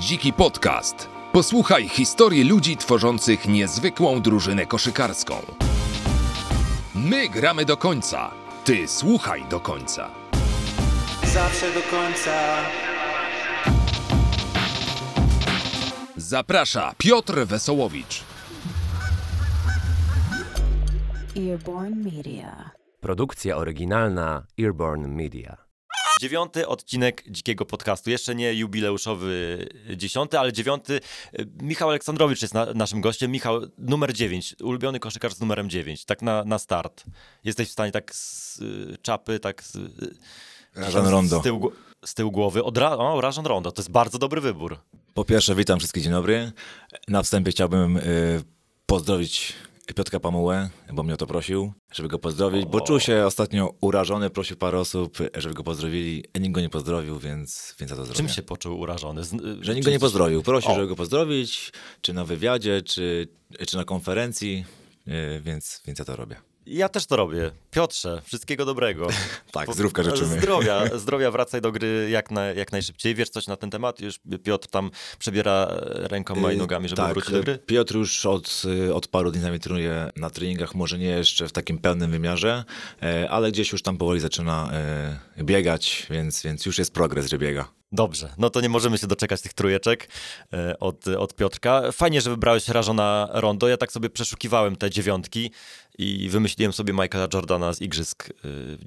Dziki Podcast. Posłuchaj historii ludzi tworzących niezwykłą drużynę koszykarską. My gramy do końca. Ty słuchaj do końca. Zawsze do końca. Zaprasza Piotr Wesołowicz. Earborn Media. Produkcja oryginalna Earborn Media. 9. odcinek Dzikiego Podcastu. Jeszcze nie jubileuszowy 10, ale 9. Michał Aleksandrowicz jest naszym gościem. Michał, numer 9. Ulubiony koszykarz z numerem 9. Tak na start. Jesteś w stanie tak z czapy, tak z... Rajon Rondo. Z tyłu głowy. Rajon Rondo. To jest bardzo dobry wybór. Po pierwsze, witam wszystkich, dzień dobry. Na wstępie chciałbym pozdrowić Piotrka Pamułę, bo mnie o to prosił, żeby go pozdrowić, bo czuł się ostatnio urażony, prosił parę osób, żeby go pozdrowili. Nikt go nie pozdrowił, więc ja to zrobię. Czym się poczuł urażony? Że nikt go nie pozdrowił. Prosił, żeby go pozdrowić, czy na wywiadzie, czy na konferencji, więc ja to robię. Ja też to robię. Piotrze, wszystkiego dobrego. Tak, zdrówka życzymy. Zdrowia, wracaj do gry jak najszybciej. Wiesz coś na ten temat? Już Piotr tam przebiera rękoma i nogami, żeby wrócić do gry? Piotr już od paru dni z nami trenuje na treningach, może nie jeszcze w takim pełnym wymiarze, ale gdzieś już tam powoli zaczyna biegać, więc już jest progres, że biega. Dobrze, no to nie możemy się doczekać tych trójeczek od Piotrka. Fajnie, że wybrałeś Rajona Rondo. Ja tak sobie przeszukiwałem te dziewiątki i wymyśliłem sobie Michaela Jordana z Igrzysk w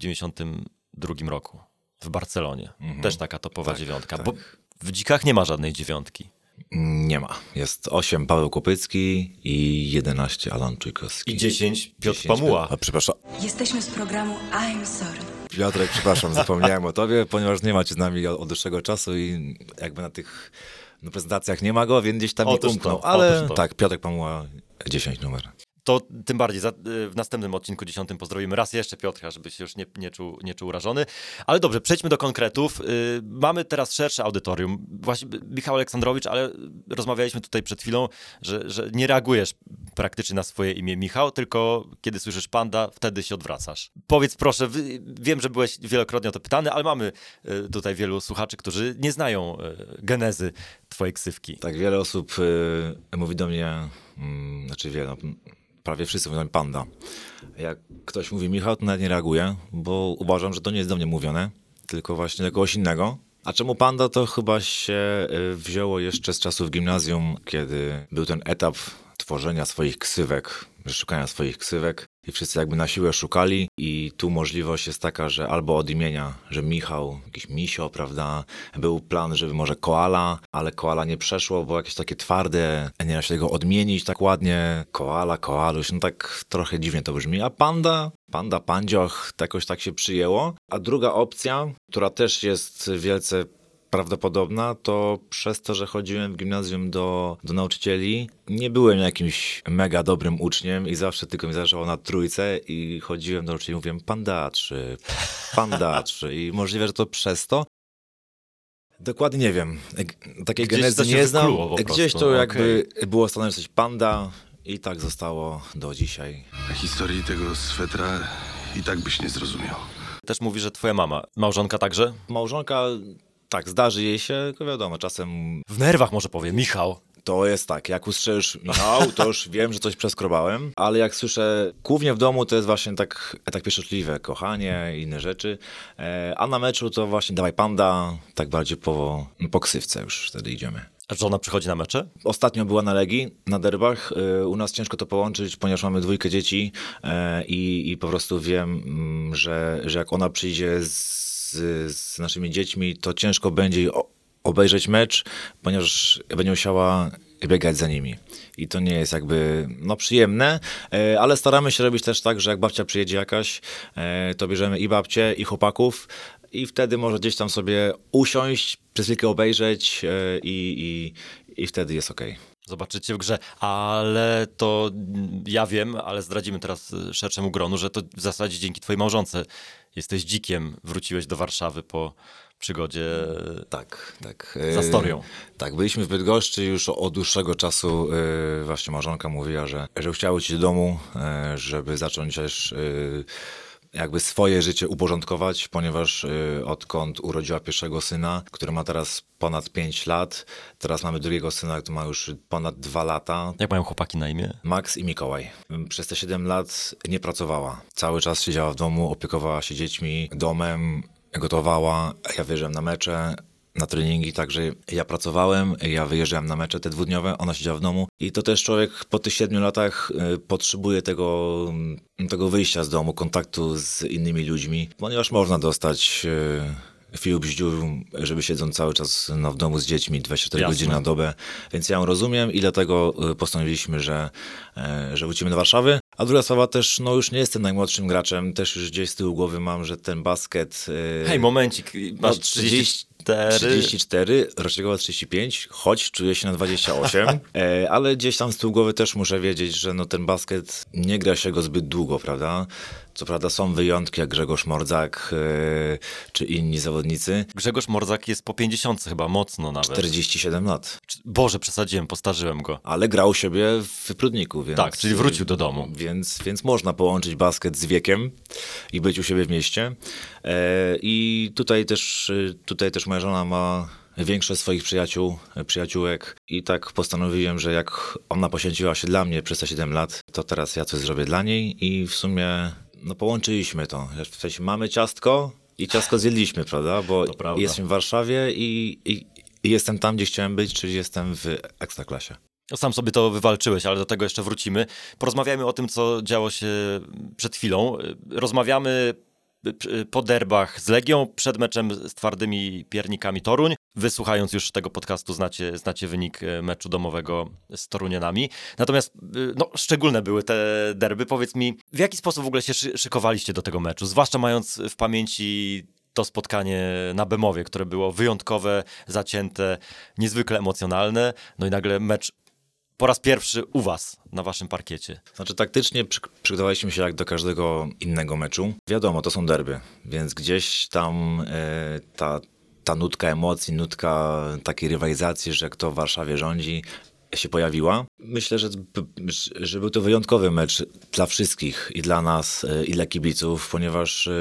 92 roku w Barcelonie. Też taka topowa dziewiątka, bo w Dzikach nie ma żadnej dziewiątki. Nie ma. Jest 8 Paweł Kopycki i 11 Alan Czujkowski. I 10 Piotr Pamuła. Przepraszam. Jesteśmy z programu I'm Sorry. Piotrek, przepraszam, zapomniałem o tobie, ponieważ nie macie z nami od dłuższego czasu i jakby na tych prezentacjach nie ma go, więc gdzieś tam mi umknął. Ale tak, Piotrek Pamuła, 10 numer. To tym bardziej w następnym odcinku 10 pozdrowimy raz jeszcze Piotra, żeby się już nie czuł urażony. Ale dobrze, przejdźmy do konkretów. Mamy teraz szersze audytorium. Właśnie Michał Aleksandrowicz, ale rozmawialiśmy tutaj przed chwilą, że nie reagujesz praktycznie na swoje imię Michał, tylko kiedy słyszysz Panda, wtedy się odwracasz. Powiedz proszę, wiem, że byłeś wielokrotnie o to pytany, ale mamy tutaj wielu słuchaczy, którzy nie znają genezy twojej ksywki. Tak, wiele osób mówi do mnie, prawie wszyscy mówią Panda. Jak ktoś mówi Michał, to nawet nie reaguję, bo uważam, że to nie jest do mnie mówione, tylko właśnie do kogoś innego. A czemu Panda, to chyba się wzięło jeszcze z czasów gimnazjum, kiedy był ten etap tworzenia swoich ksywek, szukania swoich ksywek i wszyscy jakby na siłę szukali i tu możliwość jest taka, że albo od imienia, że Michał, jakiś Misio, prawda, był plan, żeby może Koala, ale Koala nie przeszło, bo jakieś takie twarde, nie da się tego odmienić tak ładnie, Koala, Koaluś, no tak trochę dziwnie to brzmi, a Panda, Pandzioch, jakoś tak się przyjęło. A druga opcja, która też jest wielce prawdopodobna, to przez to, że chodziłem w gimnazjum do nauczycieli, nie byłem jakimś mega dobrym uczniem i zawsze tylko mi zależało na trójce i chodziłem do nauczycieli i mówiłem pandaczy i możliwe, że to przez to. Dokładnie nie wiem. Takiej genezy nie znam. Gdzieś to jakby było ustalone, że coś Panda i tak zostało do dzisiaj. Na historii tego swetra i tak byś nie zrozumiał. Też mówi, że twoja mama. Małżonka także? Małżonka, tak, zdarzy jej się, tylko wiadomo, czasem... W nerwach może powie, Michał. To jest tak, jak usłyszysz Michał, to już wiem, że coś przeskrobałem, ale jak słyszę głównie w domu, to jest właśnie tak pieszczotliwe, kochanie i inne rzeczy, a na meczu to właśnie dawaj Panda, tak bardziej po ksywce już wtedy idziemy. A żona przychodzi na mecze? Ostatnio była na Legii, na derbach. U nas ciężko to połączyć, ponieważ mamy 2 dzieci i po prostu wiem, że jak ona przyjdzie z naszymi dziećmi, to ciężko będzie obejrzeć mecz, ponieważ będzie musiała biegać za nimi. I to nie jest jakby przyjemne, ale staramy się robić też tak, że jak babcia przyjedzie jakaś, to bierzemy i babcię, i chłopaków i wtedy może gdzieś tam sobie usiąść, przez chwilkę obejrzeć i wtedy jest okej. Zobaczycie w grze, ale to ja wiem, ale zdradzimy teraz szerszemu gronu, że to w zasadzie dzięki twojej małżonce jesteś dzikiem, wróciłeś do Warszawy po przygodzie z Astorią. Tak, byliśmy w Bydgoszczy już od dłuższego czasu. Właśnie małżonka mówiła, że chciała wrócić do domu, żeby zacząć też jakby swoje życie uporządkować, ponieważ odkąd urodziła pierwszego syna, który ma teraz ponad 5 lat, teraz mamy drugiego syna, który ma już ponad 2 lata. Jak mają chłopaki na imię? Max i Mikołaj. Przez te 7 lat nie pracowała. Cały czas siedziała w domu, opiekowała się dziećmi, domem, gotowała. Ja wyjeżdżałem na mecze, na treningi, także ja pracowałem, ja wyjeżdżałem na mecze te dwudniowe, ona siedziała w domu i to też człowiek po tych 7 latach potrzebuje tego wyjścia z domu, kontaktu z innymi ludźmi, ponieważ można dostać fiu bździu, żeby siedząc cały czas w domu z dziećmi 24 godziny na dobę, więc ja ją rozumiem i dlatego postanowiliśmy, że wrócimy do Warszawy. A druga sprawa też, już nie jestem najmłodszym graczem, też już gdzieś z tyłu głowy mam, że ten basket... Hej, momencik, masz 34, rocznikowo 35, choć czuję się na 28, ale gdzieś tam z tyłu głowy też muszę wiedzieć, że ten basket nie gra się go zbyt długo, prawda? Co prawda są wyjątki jak Grzegorz Mordzak czy inni zawodnicy. Grzegorz Mordzak jest po 50 chyba, mocno nawet. 47 lat. Boże, przesadziłem, postarzyłem go. Ale grał siebie w Prudniku, więc... Tak, czyli wrócił do domu. Więc można połączyć basket z wiekiem i być u siebie w mieście. I tutaj też moja żona ma większość swoich przyjaciółek i tak postanowiłem, że jak ona poświęciła się dla mnie przez te 7 lat, to teraz ja coś zrobię dla niej i w sumie połączyliśmy to. W sensie mamy ciastko i ciastko zjedliśmy, prawda? Bo jestem w Warszawie i jestem tam, gdzie chciałem być, czyli jestem w Ekstraklasie. Sam sobie to wywalczyłeś, ale do tego jeszcze wrócimy. Porozmawiajmy o tym, co działo się przed chwilą. Rozmawiamy po derbach z Legią, przed meczem z Twardymi Piernikami Toruń. Wy, słuchając już tego podcastu, znacie wynik meczu domowego z Torunianami. Natomiast szczególne były te derby. Powiedz mi, w jaki sposób w ogóle się szykowaliście do tego meczu? Zwłaszcza mając w pamięci to spotkanie na Bemowie, które było wyjątkowe, zacięte, niezwykle emocjonalne. No i nagle mecz po raz pierwszy u was, na waszym parkiecie. Znaczy taktycznie przygotowaliśmy się jak do każdego innego meczu. Wiadomo, to są derby, więc gdzieś tam ta nutka emocji, nutka takiej rywalizacji, że kto w Warszawie rządzi, się pojawiła. Myślę, że był to wyjątkowy mecz dla wszystkich i dla nas, i dla kibiców, ponieważ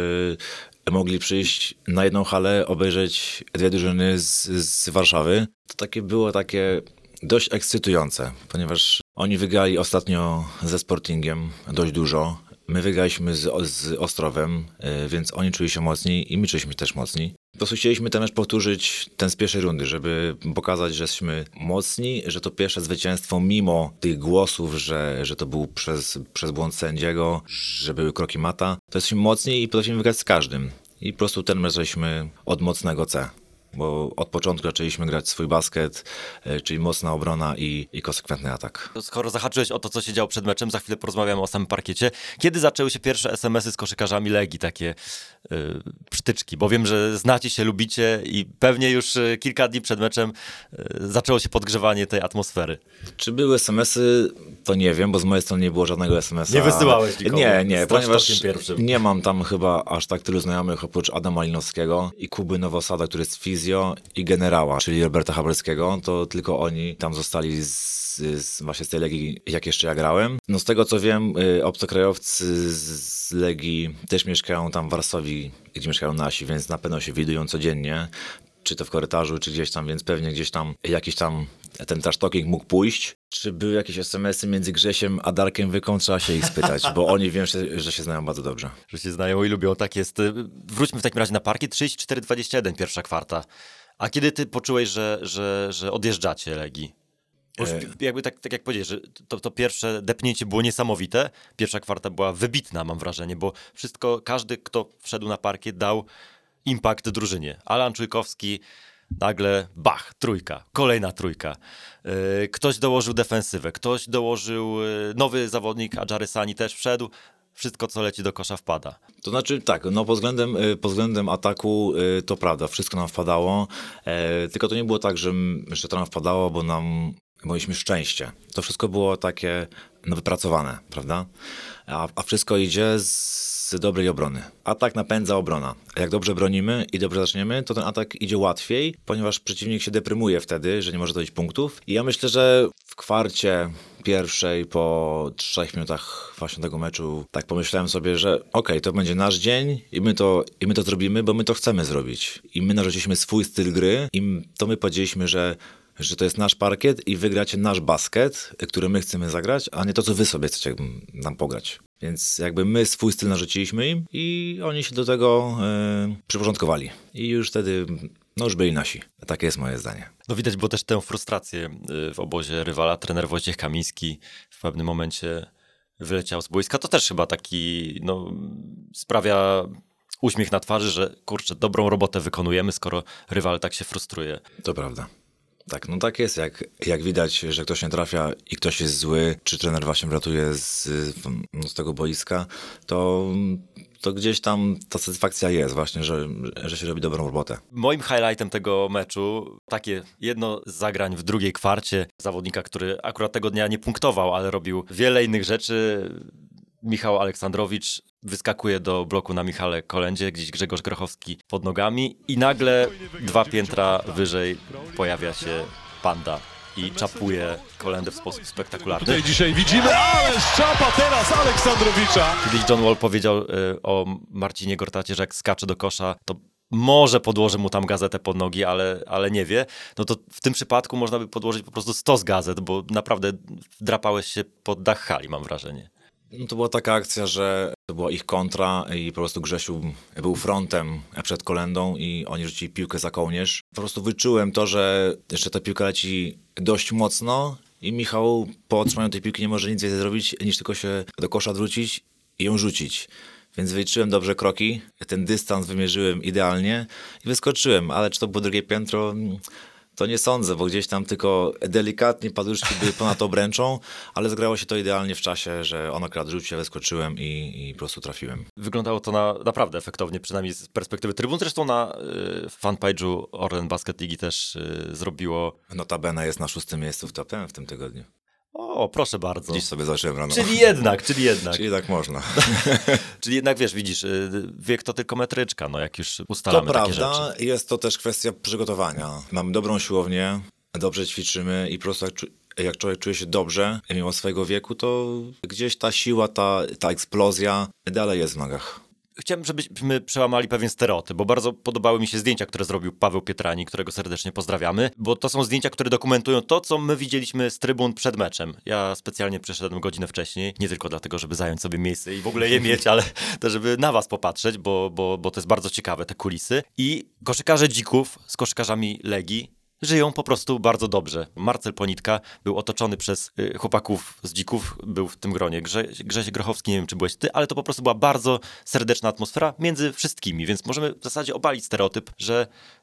mogli przyjść na jedną halę, obejrzeć 2 drużyny z Warszawy. To było takie dość ekscytujące, ponieważ oni wygrali ostatnio ze Sportingiem dość dużo. My wygraliśmy z Ostrowem, więc oni czuli się mocni i my czuliśmy też mocni. Po prostu chcieliśmy ten mecz powtórzyć, ten z pierwszej rundy, żeby pokazać, że jesteśmy mocni, że to pierwsze zwycięstwo, mimo tych głosów, że to był przez błąd sędziego, że były kroki mata, to jesteśmy mocni i potrafimy wygrać z każdym. I po prostu ten mecz zaczęliśmy od mocnego C. Bo od początku zaczęliśmy grać swój basket, czyli mocna obrona i konsekwentny atak. Skoro zahaczyłeś o to, co się działo przed meczem, za chwilę porozmawiamy o samym parkiecie. Kiedy zaczęły się pierwsze SMS-y z koszykarzami Legii, takie przytyczki? Bo wiem, że znacie się, lubicie i pewnie już kilka dni przed meczem zaczęło się podgrzewanie tej atmosfery. Czy były SMS-y, to nie wiem, bo z mojej strony nie było żadnego SMS-a. Nie wysyłałeś nikomu? Nie, ponieważ nie mam tam chyba aż tak tylu znajomych oprócz Adama Malinowskiego i Kuby Nowosada, który jest fizjo, i generała, czyli Roberta Haberskiego, to tylko oni tam zostali właśnie z tej Legii, jak jeszcze ja grałem. No z tego co wiem, obcokrajowcy z Legii też mieszkają tam w Warszawie, gdzie mieszkają nasi, więc na pewno się widują codziennie, czy to w korytarzu, czy gdzieś tam, więc pewnie gdzieś tam jakiś tam ten trash talking mógł pójść. Czy były jakieś SMS-y między Grzesiem a Darkiem Wyką? Trzeba się ich spytać, bo oni wiem, że się znają bardzo dobrze. Że się znają i lubią, tak jest. Wróćmy w takim razie na parkiet. 34-21, pierwsza kwarta. A kiedy ty poczułeś, że odjeżdżacie Legii? Jakby tak jak powiedziałeś, że to pierwsze depnięcie było niesamowite. Pierwsza kwarta była wybitna, mam wrażenie, bo każdy, kto wszedł na parkiet, dał impact drużynie. Alan Czujkowski, nagle bach, trójka, kolejna trójka. Ktoś dołożył defensywę, ktoś dołożył nowy zawodnik, Adżary Sani też wszedł. Wszystko, co leci do kosza, wpada. To znaczy tak, pod względem ataku to prawda, wszystko nam wpadało, tylko to nie było tak, że to nam wpadało, bo nam mieliśmy szczęście. To wszystko było takie wypracowane, prawda? A wszystko idzie z dobrej obrony. Atak napędza obrona. A jak dobrze bronimy i dobrze zaczniemy, to ten atak idzie łatwiej, ponieważ przeciwnik się deprymuje wtedy, że nie może zdobyć punktów. I ja myślę, że w kwarcie pierwszej, po 3 minutach właśnie tego meczu, tak pomyślałem sobie, że okej, to będzie nasz dzień i my to zrobimy, bo my to chcemy zrobić. I my narzuciliśmy swój styl gry i to my powiedzieliśmy, że to jest nasz parkiet i wygracie nasz basket, który my chcemy zagrać, a nie to, co wy sobie chcecie nam pograć. Więc jakby my swój styl narzuciliśmy im i oni się do tego przyporządkowali. I już wtedy, już byli nasi. Takie jest moje zdanie. No widać było też tę frustrację w obozie rywala. Trener Wojciech Kamiński w pewnym momencie wyleciał z boiska. To też chyba taki, sprawia uśmiech na twarzy, że kurczę, dobrą robotę wykonujemy, skoro rywal tak się frustruje. To prawda. Tak, tak jest, jak widać, że ktoś nie trafia i ktoś jest zły, czy trener właśnie wratuje z tego boiska, to gdzieś tam ta satysfakcja jest właśnie, że się robi dobrą robotę. Moim highlightem tego meczu, takie jedno z zagrań w drugiej kwarcie zawodnika, który akurat tego dnia nie punktował, ale robił wiele innych rzeczy. Michał Aleksandrowicz wyskakuje do bloku na Michale Kolędzie, gdzieś Grzegorz Grochowski pod nogami i nagle 2 piętra wyżej pojawia się Panda i czapuje Kolędę w sposób spektakularny. Tutaj dzisiaj widzimy, ale czapa teraz Aleksandrowicza. Kiedyś John Wall powiedział o Marcinie Gortacie, że jak skacze do kosza, to może podłoży mu tam gazetę pod nogi, ale nie wie. No to w tym przypadku można by podłożyć po prostu 100 gazet, bo naprawdę drapałeś się pod dach hali, mam wrażenie. To była taka akcja, że to była ich kontra i po prostu Grzesiu był frontem przed Kolędą i oni rzucili piłkę za kołnierz. Po prostu wyczułem to, że jeszcze ta piłka leci dość mocno i Michał po otrzymaniu tej piłki nie może nic więcej zrobić, niż tylko się do kosza odwrócić i ją rzucić. Więc wyliczyłem dobrze kroki, ten dystans wymierzyłem idealnie i wyskoczyłem, ale czy to było drugie piętro? To nie sądzę, bo gdzieś tam tylko delikatnie paduszki były ponad obręczą, ale zgrało się to idealnie w czasie, że on akurat rzucił, ja wyskoczyłem i po prostu trafiłem. Wyglądało to naprawdę efektownie, przynajmniej z perspektywy trybun. Zresztą na fanpage'u Orlen Basket Ligi też zrobiło... Notabene jest na 6. miejscu w top 10 w tym tygodniu. O, proszę bardzo. Dziś sobie zobaczyłem rano. Czyli jednak. Czyli tak można. Czyli jednak, widzisz, wiek to tylko metryczka, jak już ustalamy takie rzeczy. To prawda, jest to też kwestia przygotowania. Mamy dobrą siłownię, dobrze ćwiczymy i po prostu jak człowiek czuje się dobrze, mimo swojego wieku, to gdzieś ta siła, ta eksplozja dalej jest w nogach. Chciałem, żebyśmy przełamali pewien stereotyp, bo bardzo podobały mi się zdjęcia, które zrobił Paweł Pietrani, którego serdecznie pozdrawiamy, bo to są zdjęcia, które dokumentują to, co my widzieliśmy z trybun przed meczem. Ja specjalnie przyszedłem godzinę wcześniej, nie tylko dlatego, żeby zająć sobie miejsce i w ogóle je mieć, ale też, żeby na was popatrzeć, bo to jest bardzo ciekawe, te kulisy. I koszykarze Dzików z koszykarzami Legii żyją po prostu bardzo dobrze. Marcel Ponitka był otoczony przez chłopaków z Dzików, był w tym gronie. Grześ Grochowski, nie wiem, czy byłeś ty, ale to po prostu była bardzo serdeczna atmosfera między wszystkimi, więc możemy w zasadzie obalić stereotyp, że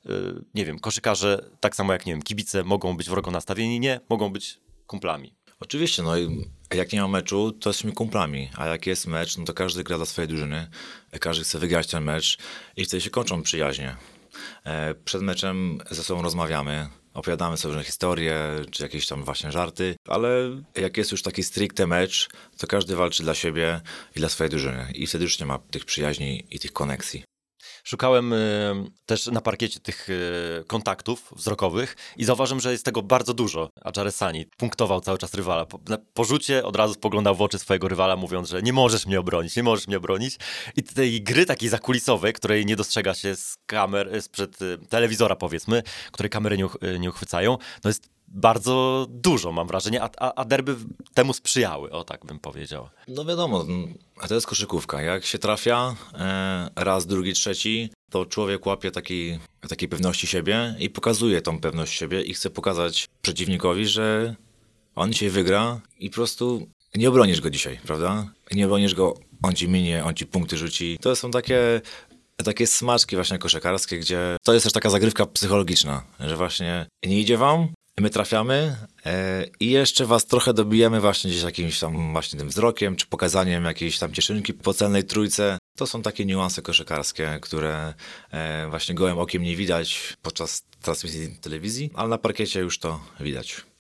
koszykarze, tak samo jak, kibice mogą być wrogo nastawieni, nie, mogą być kumplami. Oczywiście, jak nie ma meczu, to jesteśmy kumplami, a jak jest mecz, to każdy gra dla swojej drużyny, każdy chce wygrać ten mecz i wtedy się kończą przyjaźnie. Przed meczem ze sobą rozmawiamy, opowiadamy sobie różne historie, czy jakieś tam właśnie żarty, ale jak jest już taki stricte mecz, to każdy walczy dla siebie i dla swojej drużyny i wtedy już nie ma tych przyjaźni i tych koneksji. Szukałem też na parkiecie tych kontaktów wzrokowych i zauważyłem, że jest tego bardzo dużo. A Jaresani punktował cały czas rywala. Po rzucie od razu spoglądał w oczy swojego rywala, mówiąc, że nie możesz mnie obronić. I tej gry takiej zakulisowej, której nie dostrzega się z kamer, sprzed telewizora powiedzmy, której kamery nie uchwycają, jest bardzo dużo, mam wrażenie, a derby temu sprzyjały, tak bym powiedział. Wiadomo, a to jest koszykówka. Jak się trafia raz, drugi, trzeci, to człowiek łapie takiej pewności siebie i pokazuje tą pewność siebie i chce pokazać przeciwnikowi, że on dzisiaj wygra i po prostu nie obronisz go dzisiaj, prawda? Nie obronisz go, on ci minie, on ci punkty rzuci. To są takie smaczki właśnie koszykarskie, gdzie to jest też taka zagrywka psychologiczna, że właśnie nie idzie wam, my trafiamy i jeszcze was trochę dobijemy właśnie gdzieś jakimś tam właśnie tym wzrokiem, czy pokazaniem jakiejś tam cieszynki po celnej trójce. To są takie niuanse koszykarskie, które właśnie gołym okiem nie widać podczas transmisji telewizji, ale na parkiecie już to widać.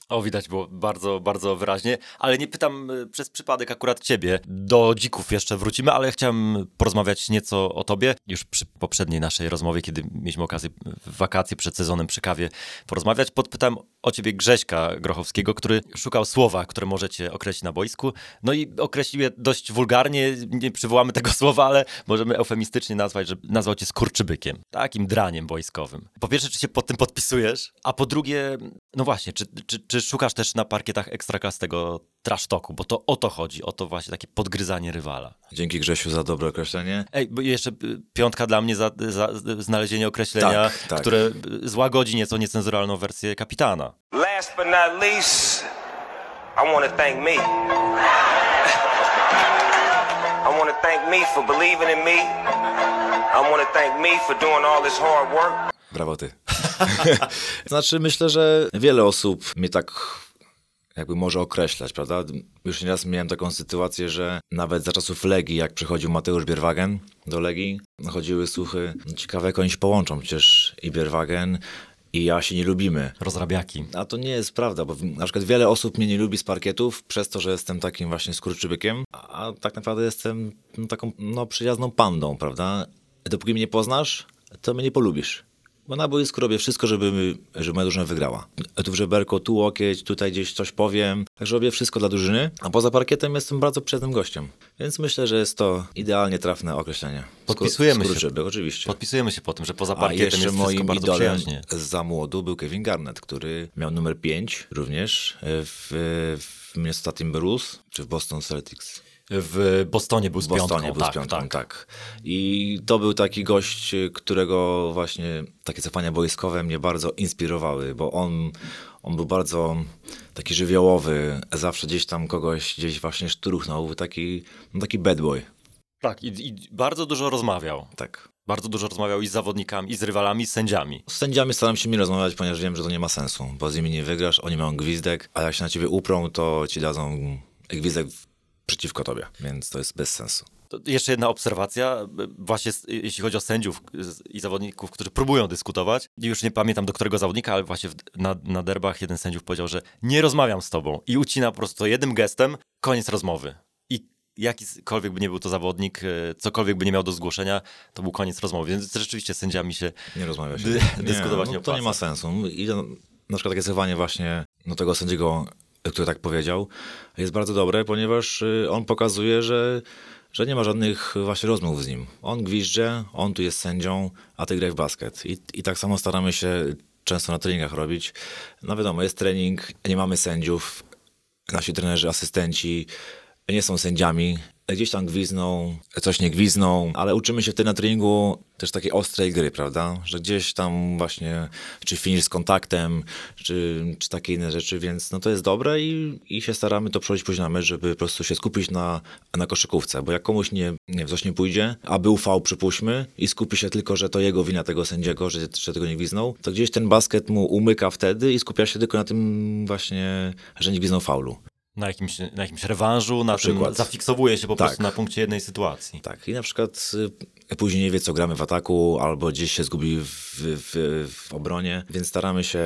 O, widać było bardzo, bardzo wyraźnie, ale nie pytam przez przypadek akurat ciebie. Do dzików jeszcze wrócimy, ale chciałem porozmawiać nieco o tobie. Już przy poprzedniej naszej rozmowie, kiedy mieliśmy okazję w wakacje przed sezonem przy kawie porozmawiać, podpytałem o ciebie Grześka Grochowskiego, który szukał słowa, które możecie określić na boisku. No i określił je dość wulgarnie, nie przywołamy tego słowa, ale możemy eufemistycznie nazwać, że nazwał cię skurczybykiem. Takim draniem wojskowym. Po pierwsze, czy się pod tym podpisujesz? A po drugie, no właśnie, czy szukasz też na parkietach Ekstraklasy tego trash talku? Bo to o to chodzi, o to właśnie takie podgryzanie rywala. Dzięki Grzesiu za dobre określenie. Ej, bo jeszcze piątka dla mnie za znalezienie określenia, Tak. które złagodzi nieco niecenzuralną wersję kapitana. Last but not least, I want to thank me. I want to thank me for believing in me. I want to thank me for doing all this hard work. Brawo ty. Znaczy myślę, że wiele osób mnie tak jakby może określać, prawda? Już nieraz miałem taką sytuację, że nawet za czasów Legii, jak przychodził Mateusz Bierwagen do Legii, chodziły słuchy, ciekawe jak oni się połączą, przecież i Bierwagen i ja się nie lubimy. Rozrabiaki. A to nie jest prawda, bo na przykład wiele osób mnie nie lubi z parkietów przez to, że jestem takim właśnie skurczybykiem, a tak naprawdę jestem taką przyjazną pandą, prawda? Dopóki mnie nie poznasz, to mnie nie polubisz. Bo na boisku robię wszystko, żeby moja drużyna wygrała. Tu w żeberko, tu łokieć, tutaj gdzieś coś powiem. Także robię wszystko dla drużyny, a poza parkietem jestem bardzo przyjaznym gościem. Więc myślę, że jest to idealnie trafne określenie. Podpisujemy się. Oczywiście. Podpisujemy się po tym, że poza A parkietem jeszcze jest moim wszystko bardzo idolem przyjaźnie. za młodu był Kevin Garnett, który miał numer 5 również w Minnesota Timberwolves czy w Boston Celtics. W Bostonie był z piątką. Bostonie był z piątką, tak. I to był taki gość, którego właśnie takie cofania boiskowe mnie bardzo inspirowały, bo on był bardzo taki żywiołowy, zawsze gdzieś tam kogoś gdzieś właśnie szturchnął, taki bad boy. Tak, i bardzo dużo rozmawiał. Tak. Bardzo dużo rozmawiał i z zawodnikami, i z rywalami, i z sędziami. Z sędziami staram się mi rozmawiać, ponieważ wiem, że to nie ma sensu, bo z nimi nie wygrasz, oni mają gwizdek, a jak się na ciebie uprą, to ci dadzą gwizdek przeciwko tobie, więc to jest bez sensu. To jeszcze jedna obserwacja, właśnie jeśli chodzi o sędziów i zawodników, którzy próbują dyskutować. Już nie pamiętam do którego zawodnika, ale właśnie na derbach jeden sędziów powiedział, że nie rozmawiam z tobą i ucina po prostu jednym gestem, koniec rozmowy. I jakikolwiek by nie był to zawodnik, cokolwiek by nie miał do zgłoszenia, to był koniec rozmowy. Więc rzeczywiście z sędziami się nie rozmawia się. Dyskutować nie opłaca. To nie ma sensu. I na przykład takie zachowanie właśnie tego sędziego, który tak powiedział, jest bardzo dobre, ponieważ on pokazuje, że nie ma żadnych właśnie rozmów z nim. On gwizdże, on tu jest sędzią, a ty graj w basket. I tak samo staramy się często na treningach robić. No wiadomo, jest trening, nie mamy sędziów, nasi trenerzy, asystenci nie są sędziami. Gdzieś tam gwizną, coś nie gwizną, ale uczymy się wtedy na treningu też takiej ostrej gry, prawda? Że gdzieś tam właśnie, czy finish z kontaktem, czy takie inne rzeczy, więc no to jest dobre i się staramy to przełożyć później na mecz, żeby po prostu się skupić na koszykówce, bo jak komuś coś nie pójdzie, a był faul, przypuśćmy, i skupi się tylko, że to jego wina tego sędziego, że tego nie gwiznął, to gdzieś ten basket mu umyka wtedy i skupia się tylko na tym właśnie, że nie gwiznął faulu. Na jakimś rewanżu, na tym zafiksowuje się po prostu na punkcie jednej sytuacji. Tak, i na przykład później nie wie, co gramy w ataku, albo gdzieś się zgubi w obronie, więc staramy się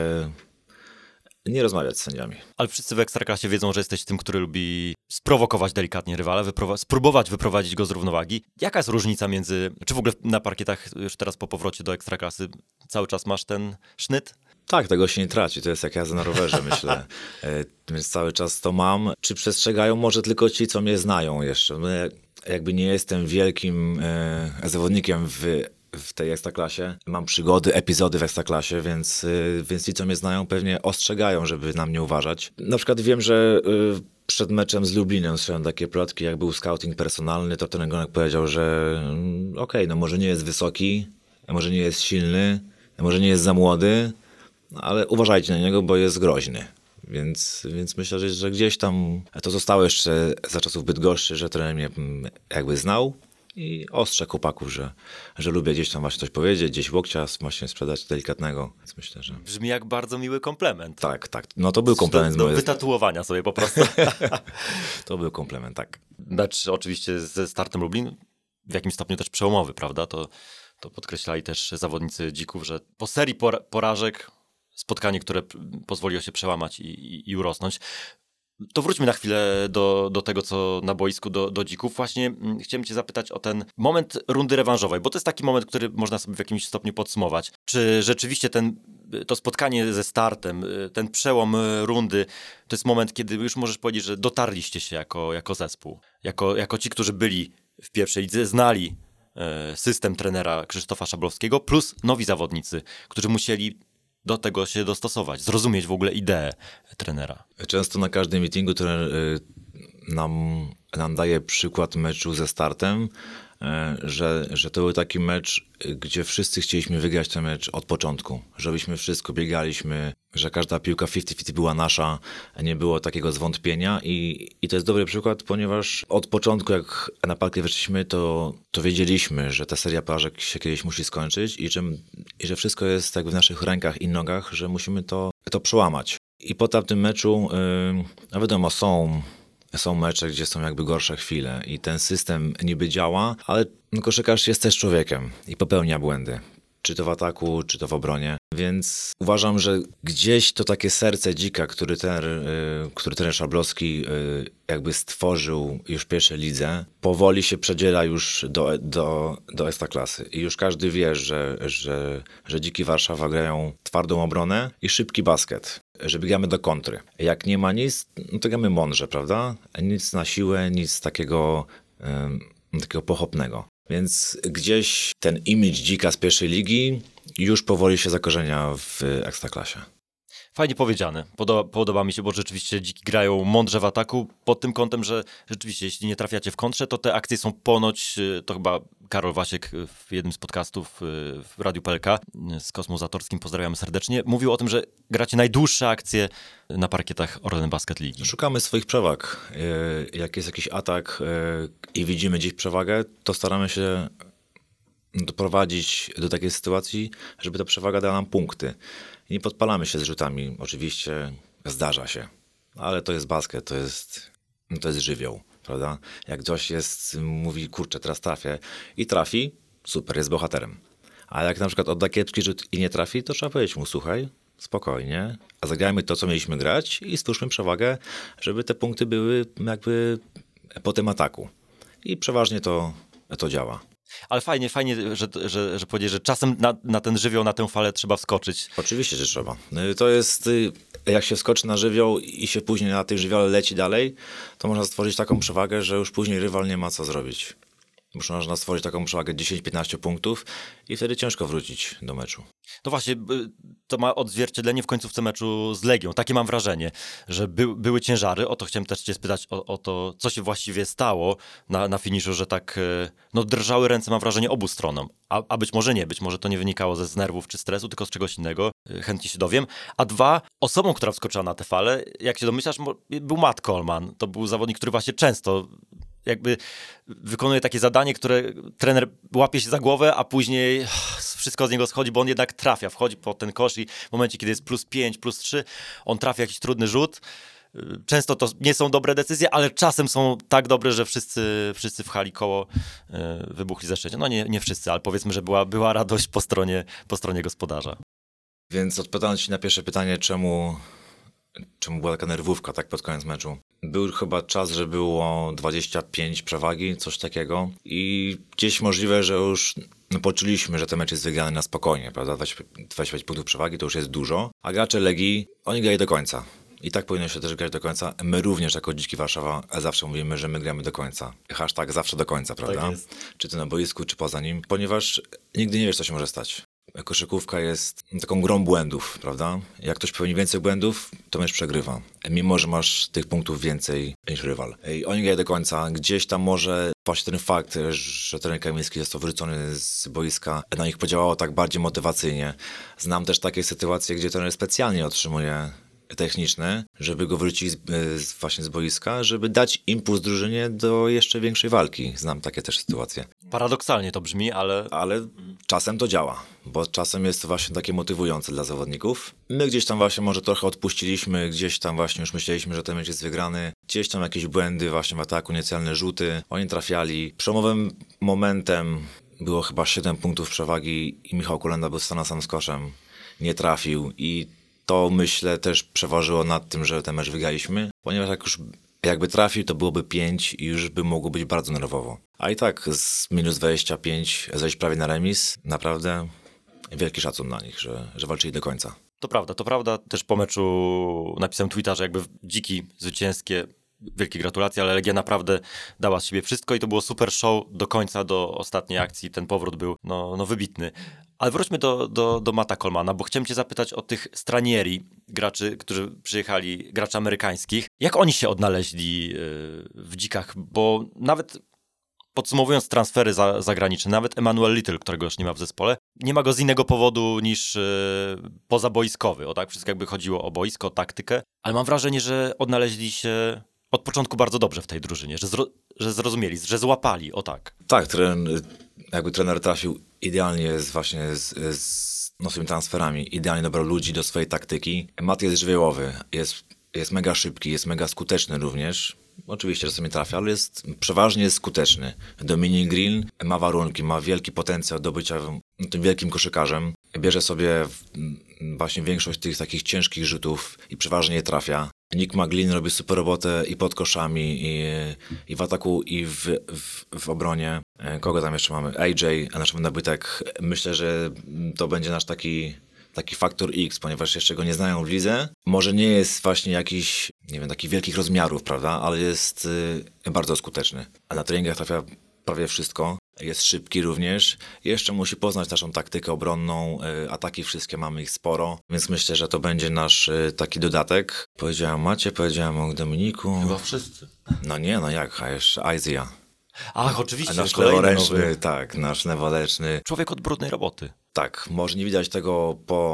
nie rozmawiać z sędziami. Ale wszyscy w Ekstraklasie wiedzą, że jesteś tym, który lubi sprowokować delikatnie rywala, spróbować wyprowadzić go z równowagi. Jaka jest różnica między, czy w ogóle na parkietach już teraz po powrocie do Ekstraklasy cały czas masz ten sznyt? Tak, tego się nie traci. To jest jak jazda na rowerze, myślę. Więc cały czas to mam. Czy przestrzegają? Może tylko ci, co mnie znają jeszcze. No, jakby nie jestem wielkim zawodnikiem w tej Ekstraklasie. Mam przygody, epizody w Ekstraklasie, więc ci, co mnie znają, pewnie ostrzegają, żeby na mnie uważać. Na przykład wiem, że przed meczem z Lublinem słyszałem takie plotki, jak był scouting personalny, to ten Gonek powiedział, że okej, no może nie jest wysoki, może nie jest silny, może nie jest za młody, ale uważajcie na niego, bo jest groźny. Więc myślę, że gdzieś tam to zostało jeszcze za czasów Bydgoszczy, że trener mnie jakby znał i ostrzegł chłopaków, że lubię gdzieś tam właśnie coś powiedzieć, gdzieś łokcia właśnie sprzedać delikatnego. Więc myślę, że... Brzmi jak bardzo miły komplement. Tak. No to był komplement. Do wytatuowania sobie po prostu. To był komplement, tak. Mecz oczywiście ze Startem Lublin w jakimś stopniu też przełomowy, prawda? To podkreślali też zawodnicy Dzików, że po serii porażek spotkanie, które pozwoliło się przełamać i urosnąć. To wróćmy na chwilę do tego, co na boisku, do Dzików. Właśnie chciałem cię zapytać o ten moment rundy rewanżowej, bo to jest taki moment, który można sobie w jakimś stopniu podsumować. Czy rzeczywiście to spotkanie ze startem, ten przełom rundy, to jest moment, kiedy już możesz powiedzieć, że dotarliście się jako zespół, jako ci, którzy byli w pierwszej lidze, znali system trenera Krzysztofa Szablowskiego, plus nowi zawodnicy, którzy musieli do tego się dostosować, zrozumieć w ogóle ideę trenera. Często na każdym meetingu trener nam daje przykład meczu ze startem, że to był taki mecz, gdzie wszyscy chcieliśmy wygrać ten mecz od początku. Żebyśmy wszystko biegaliśmy, że każda piłka 50-50 była nasza, nie było takiego zwątpienia i to jest dobry przykład, ponieważ od początku jak na parkiet weszliśmy, to wiedzieliśmy, że ta seria porażek się kiedyś musi skończyć i że wszystko jest jakby w naszych rękach i nogach, że musimy to przełamać. I po tamtym meczu, no wiadomo, są mecze, gdzie są jakby gorsze chwile i ten system niby działa, ale koszykarz jest też człowiekiem i popełnia błędy. Czy to w ataku, czy to w obronie. Więc uważam, że gdzieś to takie serce dzika, który trener Szablowski jakby stworzył już w pierwszej lidze, powoli się przedziela już do Ekstraklasy. I już każdy wie, że Dziki Warszawa grają twardą obronę i szybki basket. Że biegamy do kontry. Jak nie ma nic, no to gramy mądrze, prawda? Nic na siłę, nic takiego pochopnego. Więc gdzieś ten image Dzika z pierwszej ligi już powoli się zakorzenia w Ekstraklasie. Fajnie powiedziane. Podoba mi się, bo rzeczywiście Dziki grają mądrze w ataku pod tym kątem, że rzeczywiście jeśli nie trafiacie w kontrze, to te akcje są ponoć, to chyba Karol Wasiek w jednym z podcastów w Radiu PLK z Kosmozatorskim, pozdrawiamy serdecznie, mówił o tym, że gracie najdłuższe akcje na parkietach Orlen Basket Ligi. Szukamy swoich przewag. Jak jest jakiś atak i widzimy gdzieś przewagę, to staramy się doprowadzić do takiej sytuacji, żeby ta przewaga dała nam punkty. I nie podpalamy się z rzutami. Oczywiście zdarza się, ale to jest basket, to jest żywioł, prawda? Jak ktoś mówi, kurczę, teraz trafię i trafi, super, jest bohaterem. A jak na przykład odda kiepski rzut i nie trafi, to trzeba powiedzieć mu, słuchaj, spokojnie, a zagrajmy to, co mieliśmy grać i stwórzmy przewagę, żeby te punkty były jakby po tym ataku. I przeważnie to działa. Ale fajnie, że powiedzieć, że czasem na ten żywioł, na tę falę trzeba wskoczyć. Oczywiście, że trzeba. To jest, jak się wskoczy na żywioł i się później na tym żywiole leci dalej, to można stworzyć taką przewagę, że już później rywal nie ma co zrobić. Można stworzyć taką przewagę 10-15 punktów i wtedy ciężko wrócić do meczu. No właśnie, to ma odzwierciedlenie w końcówce meczu z Legią. Takie mam wrażenie, że były ciężary. O to chciałem też cię spytać o to, co się właściwie stało na finiszu, że tak drżały ręce, mam wrażenie, obu stronom. A być może nie, być może to nie wynikało z nerwów czy stresu, tylko z czegoś innego. Chętnie się dowiem. A dwa, osobą, która wskoczyła na tę falę, jak się domyślasz, był Matt Coleman. To był zawodnik, który właśnie często jakby wykonuje takie zadanie, które trener łapie się za głowę, a później wszystko z niego schodzi, bo on jednak trafia, wchodzi pod ten kosz i w momencie, kiedy jest +5, +3, on trafia jakiś trudny rzut. Często to nie są dobre decyzje, ale czasem są tak dobre, że wszyscy w hali koło wybuchli ze szczęścia. No nie wszyscy, ale powiedzmy, że była radość po stronie gospodarza. Więc odpowiadając ci na pierwsze pytanie, czemu była taka nerwówka tak pod koniec meczu. Był chyba czas, że było 25 przewagi, coś takiego i gdzieś możliwe, że już poczuliśmy, że ten mecz jest wygrany na spokojnie, prawda? 25 punktów przewagi to już jest dużo, a gracze Legii, oni grali do końca. I tak powinno się też grać do końca. My również jako Dziki Warszawa zawsze mówimy, że my gramy do końca. Hashtag zawsze do końca, prawda? Tak jest. Czy to na boisku, czy poza nim. Ponieważ nigdy nie wiesz, co się może stać. Koszykówka jest taką grą błędów, prawda? Jak ktoś popełni więcej błędów, to mecz przegrywa. Mimo, że masz tych punktów więcej niż rywal. I oni grają do końca. Gdzieś tam może właśnie ten fakt, że trener Kamiński został wyrzucony z boiska, na nich podziałało tak bardziej motywacyjnie. Znam też takie sytuacje, gdzie trener specjalnie otrzymuje techniczne, żeby go wrócić właśnie z boiska, żeby dać impuls drużynie do jeszcze większej walki. Znam takie też sytuacje. Paradoksalnie to brzmi, Ale czasem to działa, bo czasem jest to właśnie takie motywujące dla zawodników. My gdzieś tam właśnie może trochę odpuściliśmy, gdzieś tam właśnie już myśleliśmy, że ten mecz jest wygrany. Gdzieś tam jakieś błędy właśnie w ataku, niecelne rzuty. Oni trafiali. Przełomowym momentem było chyba 7 punktów przewagi i Michał Kolenda był sam z koszem. Nie trafił i to myślę też przeważyło nad tym, że ten mecz wygraliśmy, ponieważ jakby trafił, to byłoby 5 i już by mogło być bardzo nerwowo. A i tak z minus 25 zejść prawie na remis, naprawdę wielki szacun dla nich, że walczyli do końca. To prawda. Też po meczu napisałem tweeta, że jakby dziki, zwycięskie, wielkie gratulacje, ale Legia naprawdę dała z siebie wszystko i to było super show do końca, do ostatniej akcji. Ten powrót był no wybitny. Ale wróćmy do Matta Colemana, bo chciałem cię zapytać o tych stranieri, graczy, którzy przyjechali, graczy amerykańskich. Jak oni się odnaleźli w dzikach? Bo nawet podsumowując transfery zagraniczne, nawet Emmanuel Little, którego już nie ma w zespole, nie ma go z innego powodu niż pozaboiskowy. O tak, wszystko jakby chodziło o boisko, taktykę. Ale mam wrażenie, że odnaleźli się od początku bardzo dobrze w tej drużynie, że zrozumieli, że złapali, o tak. Tak, trener trafił idealnie z tymi transferami, idealnie dobrał ludzi do swojej taktyki. Matt jest żywiołowy, jest mega szybki, jest mega skuteczny również. Oczywiście, że sobie trafia, ale przeważnie jest skuteczny. Dominic Green ma warunki, ma wielki potencjał do bycia tym wielkim koszykarzem. Bierze sobie właśnie większość tych takich ciężkich rzutów i przeważnie je trafia. Nick McGlynn robi super robotę i pod koszami, i w ataku, i w obronie. Kogo tam jeszcze mamy? AJ, nasz nabytek. Myślę, że to będzie nasz taki faktor X, ponieważ jeszcze go nie znają w lidze. Może nie jest właśnie jakiś, nie wiem, takich wielkich rozmiarów, prawda, ale jest bardzo skuteczny. A na treningach trafia prawie wszystko. Jest szybki również. Jeszcze musi poznać naszą taktykę obronną. Ataki wszystkie, mamy ich sporo. Więc myślę, że to będzie nasz taki dodatek. Powiedziałem Macie, powiedziałem o Dominiku. Chyba wszyscy. No nie, no jak, a jeszcze Isaiah. Ach, oczywiście. A nasz leworęczny, tak, nasz leworęczny. Człowiek od brudnej roboty. Tak, może nie widać tego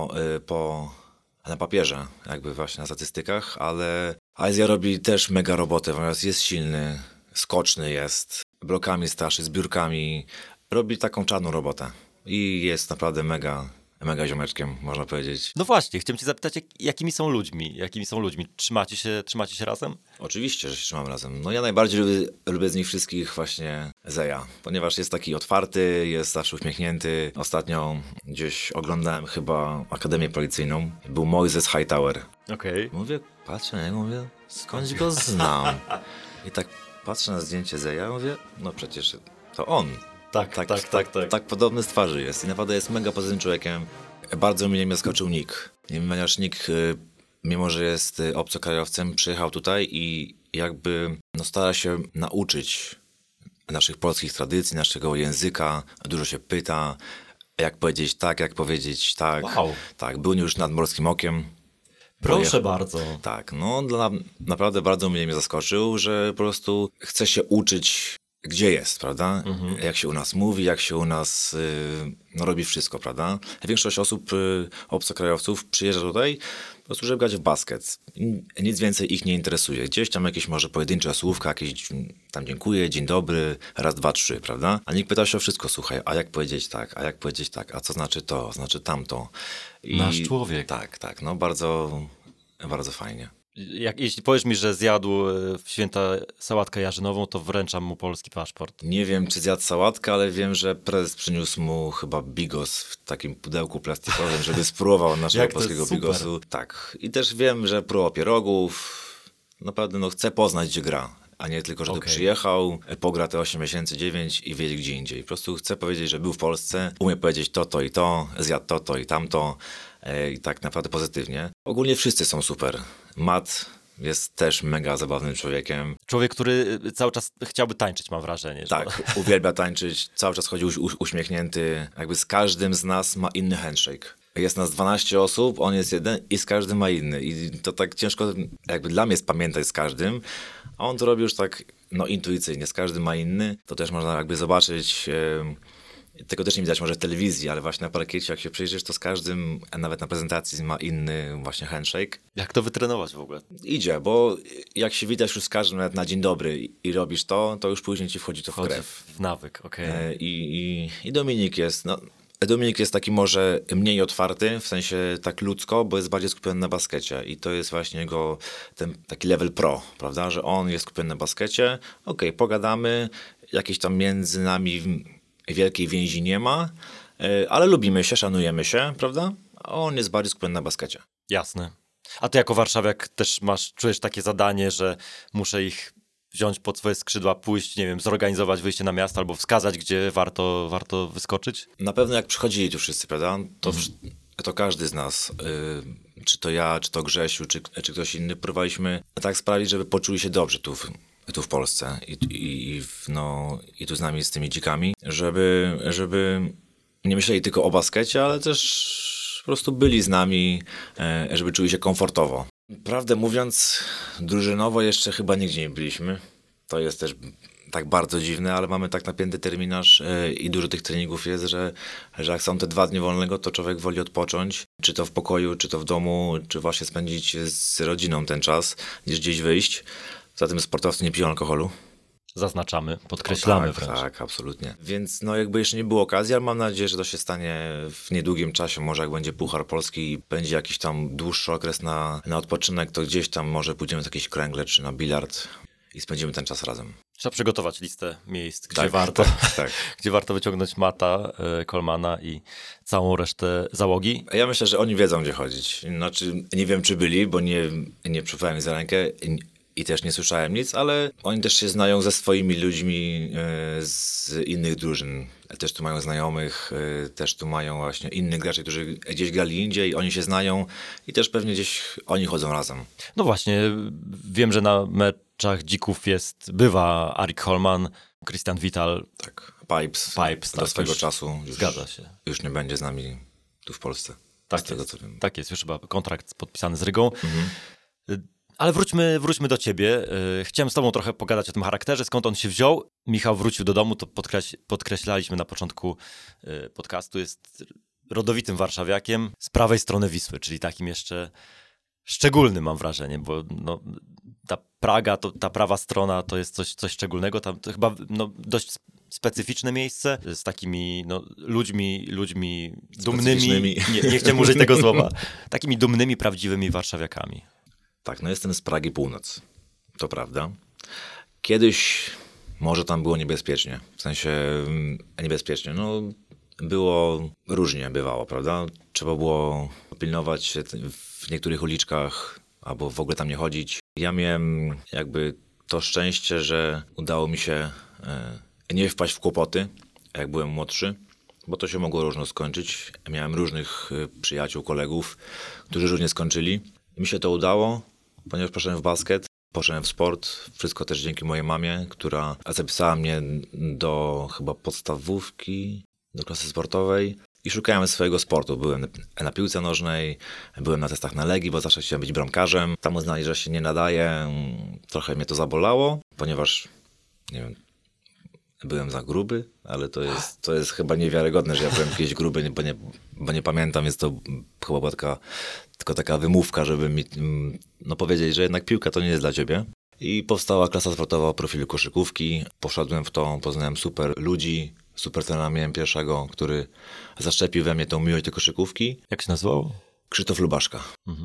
na papierze, jakby właśnie na statystykach, ale Isaiah robi też mega robotę, ponieważ jest silny, skoczny jest, blokami straszy, zbiórkami, robi taką czarną robotę i jest naprawdę mega ziomeczkiem, można powiedzieć. No właśnie, chciałem cię zapytać, jakimi są ludźmi? Trzymacie się razem? Oczywiście, że się trzymamy razem. No ja najbardziej lubię z nich wszystkich właśnie Zeja, ponieważ jest taki otwarty, jest zawsze uśmiechnięty. Ostatnio gdzieś oglądałem chyba Akademię Policyjną. Był Moises Hightower. Okej. Mówię, patrzę na niego, mówię, skądś go znam. I tak patrzę na zdjęcie Zeja, mówię, no przecież to on. Tak podobny z twarzy jest i naprawdę jest mega pozytywnym człowiekiem. Bardzo mnie zaskoczył Nick. Ponieważ Nick, mimo że jest obcokrajowcem, przyjechał tutaj i jakby stara się nauczyć naszych polskich tradycji, naszego języka. Dużo się pyta, jak powiedzieć tak, jak powiedzieć tak. Wow. Tak, był już nad Morskim Okiem. Proszę bardzo. Tak, naprawdę bardzo mnie zaskoczył, że po prostu chce się uczyć, gdzie jest, prawda? Jak się u nas mówi, jak się u nas robi wszystko, prawda? Większość osób, obcokrajowców przyjeżdża tutaj po prostu, żeby grać w basket. Nic więcej ich nie interesuje. Gdzieś tam jakieś może pojedyncze słówka, jakieś tam dziękuję, dzień dobry, raz, dwa, trzy, prawda? A nikt pyta się o wszystko, słuchaj, a jak powiedzieć tak, a co znaczy to, znaczy tamto. Nasz człowiek. Tak, bardzo, bardzo fajnie. Jeśli powiesz mi, że zjadł w święta sałatkę jarzynową, to wręczam mu polski paszport. Nie wiem, czy zjadł sałatkę, ale wiem, że prezes przyniósł mu chyba bigos w takim pudełku plastikowym, żeby spróbował naszego polskiego bigosu. Tak. I też wiem, że próbował pierogów. Naprawdę chce poznać, gdzie gra. A nie tylko, że tu przyjechał, pogra te 8 miesięcy, 9 i wiedzie gdzie indziej. Po prostu chce powiedzieć, że był w Polsce, umie powiedzieć to i to, zjadł to i tamto. I tak naprawdę pozytywnie. Ogólnie wszyscy są super. Matt jest też mega zabawnym człowiekiem. Człowiek, który cały czas chciałby tańczyć, mam wrażenie. Tak, uwielbia tańczyć, cały czas chodzi uśmiechnięty. Jakby z każdym z nas ma inny handshake. Jest nas 12 osób, on jest jeden i z każdym ma inny. I to tak ciężko jakby dla mnie jest pamiętać z każdym, a on to robi już tak intuicyjnie. Z każdym ma inny. To też można jakby zobaczyć... Tego też nie widać może w telewizji, ale właśnie na parkiecie, jak się przyjrzysz, to z każdym, nawet na prezentacji ma inny właśnie handshake. Jak to wytrenować w ogóle? Idzie, bo jak się widać już z każdym nawet na dzień dobry i robisz to już później ci wchodzi to w krew. W nawyk, okej. I Dominik jest, Dominik jest taki może mniej otwarty, w sensie tak ludzko, bo jest bardziej skupiony na baskecie i to jest właśnie jego ten taki level pro, prawda, że on jest skupiony na baskecie, pogadamy, jakieś tam między nami wielkiej więzi nie ma, ale lubimy się, szanujemy się, prawda? A on jest bardziej skupiony na baskecie. Jasne. A ty jako warszawiak też czujesz takie zadanie, że muszę ich wziąć pod swoje skrzydła, pójść, nie wiem, zorganizować wyjście na miasto albo wskazać, gdzie warto wyskoczyć? Na pewno jak przychodzili tu wszyscy, prawda, to każdy z nas, czy to ja, czy to Grzesiu, czy ktoś inny, próbowaliśmy tak sprawić, żeby poczuli się dobrze tu w Polsce i tu z nami, z tymi dzikami, żeby nie myśleli tylko o baskecie, ale też po prostu byli z nami, żeby czuli się komfortowo. Prawdę mówiąc, drużynowo jeszcze chyba nigdzie nie byliśmy. To jest też tak bardzo dziwne, ale mamy tak napięty terminarz i dużo tych treningów jest, że jak są te 2 dni wolnego, to człowiek woli odpocząć, czy to w pokoju, czy to w domu, czy właśnie spędzić z rodziną ten czas, niż gdzieś wyjść. Zatem sportowcy nie piją alkoholu. Zaznaczamy, podkreślamy wręcz. Tak, absolutnie. Więc jakby jeszcze nie było okazji, ale mam nadzieję, że to się stanie w niedługim czasie. Może jak będzie Puchar Polski i będzie jakiś tam dłuższy okres na odpoczynek, to gdzieś tam może pójdziemy na jakieś kręgle czy na bilard i spędzimy ten czas razem. Trzeba przygotować listę miejsc, gdzie gdzie warto wyciągnąć Mata, Colemana i całą resztę załogi. Ja myślę, że oni wiedzą, gdzie chodzić. Znaczy, nie wiem, czy byli, bo nie przypałem ich za rękę i też nie słyszałem nic, ale oni też się znają ze swoimi ludźmi z innych drużyn. Też tu mają znajomych, też tu mają właśnie innych graczy, którzy gdzieś grali indziej, oni się znają i też pewnie gdzieś oni chodzą razem. No właśnie, wiem, że na meczach dzików bywa Arik Coleman, Christian Vital. Tak, Pipes do tak, swego czasu zgadza się. Już nie będzie z nami tu w Polsce. Tak z tego, co wiem. Tak jest, już chyba kontrakt podpisany z Rygą. Ale wróćmy do ciebie. Chciałem z tobą trochę pogadać o tym charakterze, skąd on się wziął. Michał wrócił do domu, to podkreślaliśmy na początku podcastu. Jest rodowitym warszawiakiem z prawej strony Wisły, czyli takim jeszcze szczególnym, mam wrażenie, bo ta Praga, ta prawa strona to jest coś szczególnego. Tam to chyba dość specyficzne miejsce z takimi ludźmi dumnymi. Nie chciałem użyć tego słowa. Takimi dumnymi, prawdziwymi warszawiakami. Tak, jestem z Pragi Północ, to prawda. Kiedyś może tam było niebezpiecznie, w sensie niebezpiecznie, było różnie bywało, prawda? Trzeba było pilnować się w niektórych uliczkach albo w ogóle tam nie chodzić. Ja miałem jakby to szczęście, że udało mi się nie wpaść w kłopoty, jak byłem młodszy, bo to się mogło różno skończyć. Miałem różnych przyjaciół, kolegów, którzy różnie skończyli. Mi się to udało, ponieważ poszedłem w basket, poszedłem w sport, wszystko też dzięki mojej mamie, która zapisała mnie do chyba podstawówki, do klasy sportowej i szukałem swojego sportu. Byłem na piłce nożnej, byłem na testach na Legii, bo zawsze chciałem być bramkarzem. Tam uznali, że się nie nadaje, trochę mnie to zabolało, ponieważ, nie wiem, byłem za gruby, ale to jest chyba niewiarygodne, że ja byłem kiedyś gruby, bo nie pamiętam, jest to chyba była tylko taka wymówka, żeby mi powiedzieć, że jednak piłka to nie jest dla ciebie. I powstała klasa sportowa o profilu koszykówki, poszedłem w to, poznałem super ludzi, super trenera miałem pierwszego, który zaszczepił we mnie tą miłość do koszykówki. Jak się nazywał? Krzysztof Lubaszka.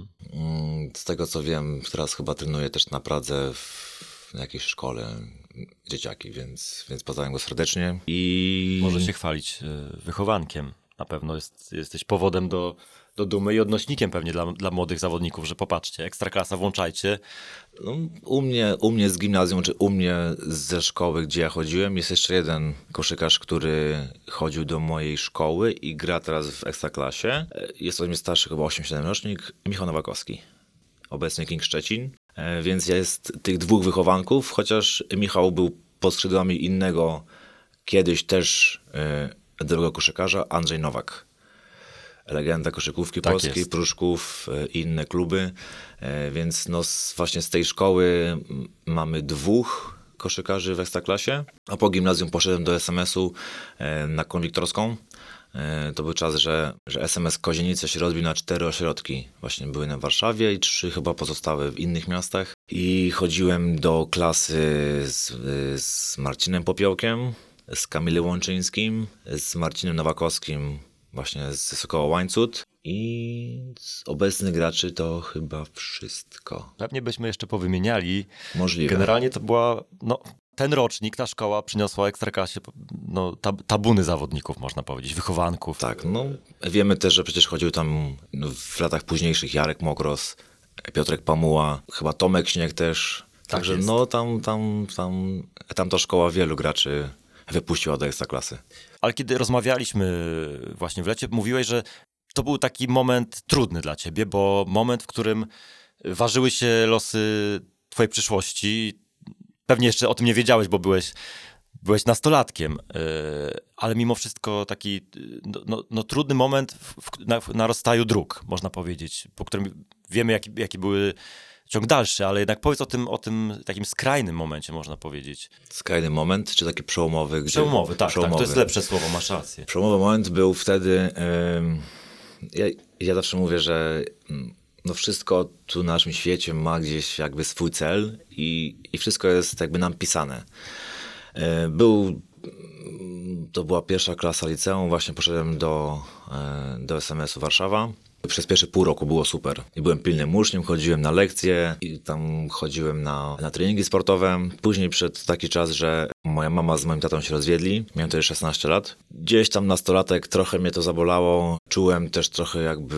Z tego co wiem, teraz chyba trenuje też na Pradze w jakiejś szkole dzieciaki, więc pozdrawiam go serdecznie. Może się chwalić wychowankiem. Na pewno jesteś powodem do dumy i odnośnikiem pewnie dla młodych zawodników, że popatrzcie, Ekstraklasa, włączajcie. U mnie z gimnazjum, czy u mnie ze szkoły, gdzie ja chodziłem, jest jeszcze jeden koszykarz, który chodził do mojej szkoły i gra teraz w Ekstraklasie. Jest to mnie starszy, chyba 8-7 rocznik, Michał Nowakowski, obecnie King Szczecin. Więc jest tych 2 wychowanków, chociaż Michał był pod skrzydłami innego, kiedyś też dobrego koszykarza, Andrzej Nowak. Legenda koszykówki tak polskiej, jest. Pruszków i inne kluby. Więc właśnie z tej szkoły mamy 2 koszykarzy w Ekstraklasie. A po gimnazjum poszedłem do SMS-u na Konwiktorską. To był czas, że SMS Kozienice się rozbił na 4 ośrodki. Właśnie były na Warszawie i 3 chyba pozostałe w innych miastach. I chodziłem do klasy z Marcinem Popiołkiem, z Kamilem Łączyńskim, z Marcinem Nowakowskim, właśnie z Sokoła Łańcut. I z obecnych graczy to chyba wszystko. Pewnie byśmy jeszcze powymieniali. Możliwe. Generalnie to była ten rocznik, ta szkoła przyniosła Ekstraklasie no, tabuny zawodników, można powiedzieć, wychowanków. Tak, no wiemy też, że przecież chodził tam w latach późniejszych Jarek Mokros, Piotrek Pamuła, chyba Tomek Śnieg też. Także jest. no tam ta szkoła wielu graczy wypuściła do Ekstraklasy. Ale kiedy rozmawialiśmy właśnie w lecie, mówiłeś, że to był taki moment trudny dla ciebie, bo moment, w którym ważyły się losy twojej przyszłości. Pewnie jeszcze o tym nie wiedziałeś, bo byłeś nastolatkiem, ale mimo wszystko taki no, trudny moment na rozstaju dróg, można powiedzieć, po którym wiemy, jaki były ciąg dalszy, ale jednak powiedz o tym takim skrajnym momencie, można powiedzieć. Skrajny moment, czy taki przełomowy? Przełomowy, tak, to jest lepsze słowo, masz rację. Przełomowy moment był wtedy, ja zawsze mówię, że no wszystko tu na naszym świecie ma gdzieś jakby swój cel i wszystko jest jakby nam pisane. To była pierwsza klasa liceum, właśnie poszedłem do SMS-u Warszawa. Przez pierwsze pół roku było super. I byłem pilnym uczniem, chodziłem na lekcje i tam chodziłem na treningi sportowe. Później przyszedł taki czas, że moja mama z moim tatą się rozwiedli. Miałem wtedy 16 lat. Gdzieś tam nastolatek, trochę mnie to zabolało. Czułem też trochę jakby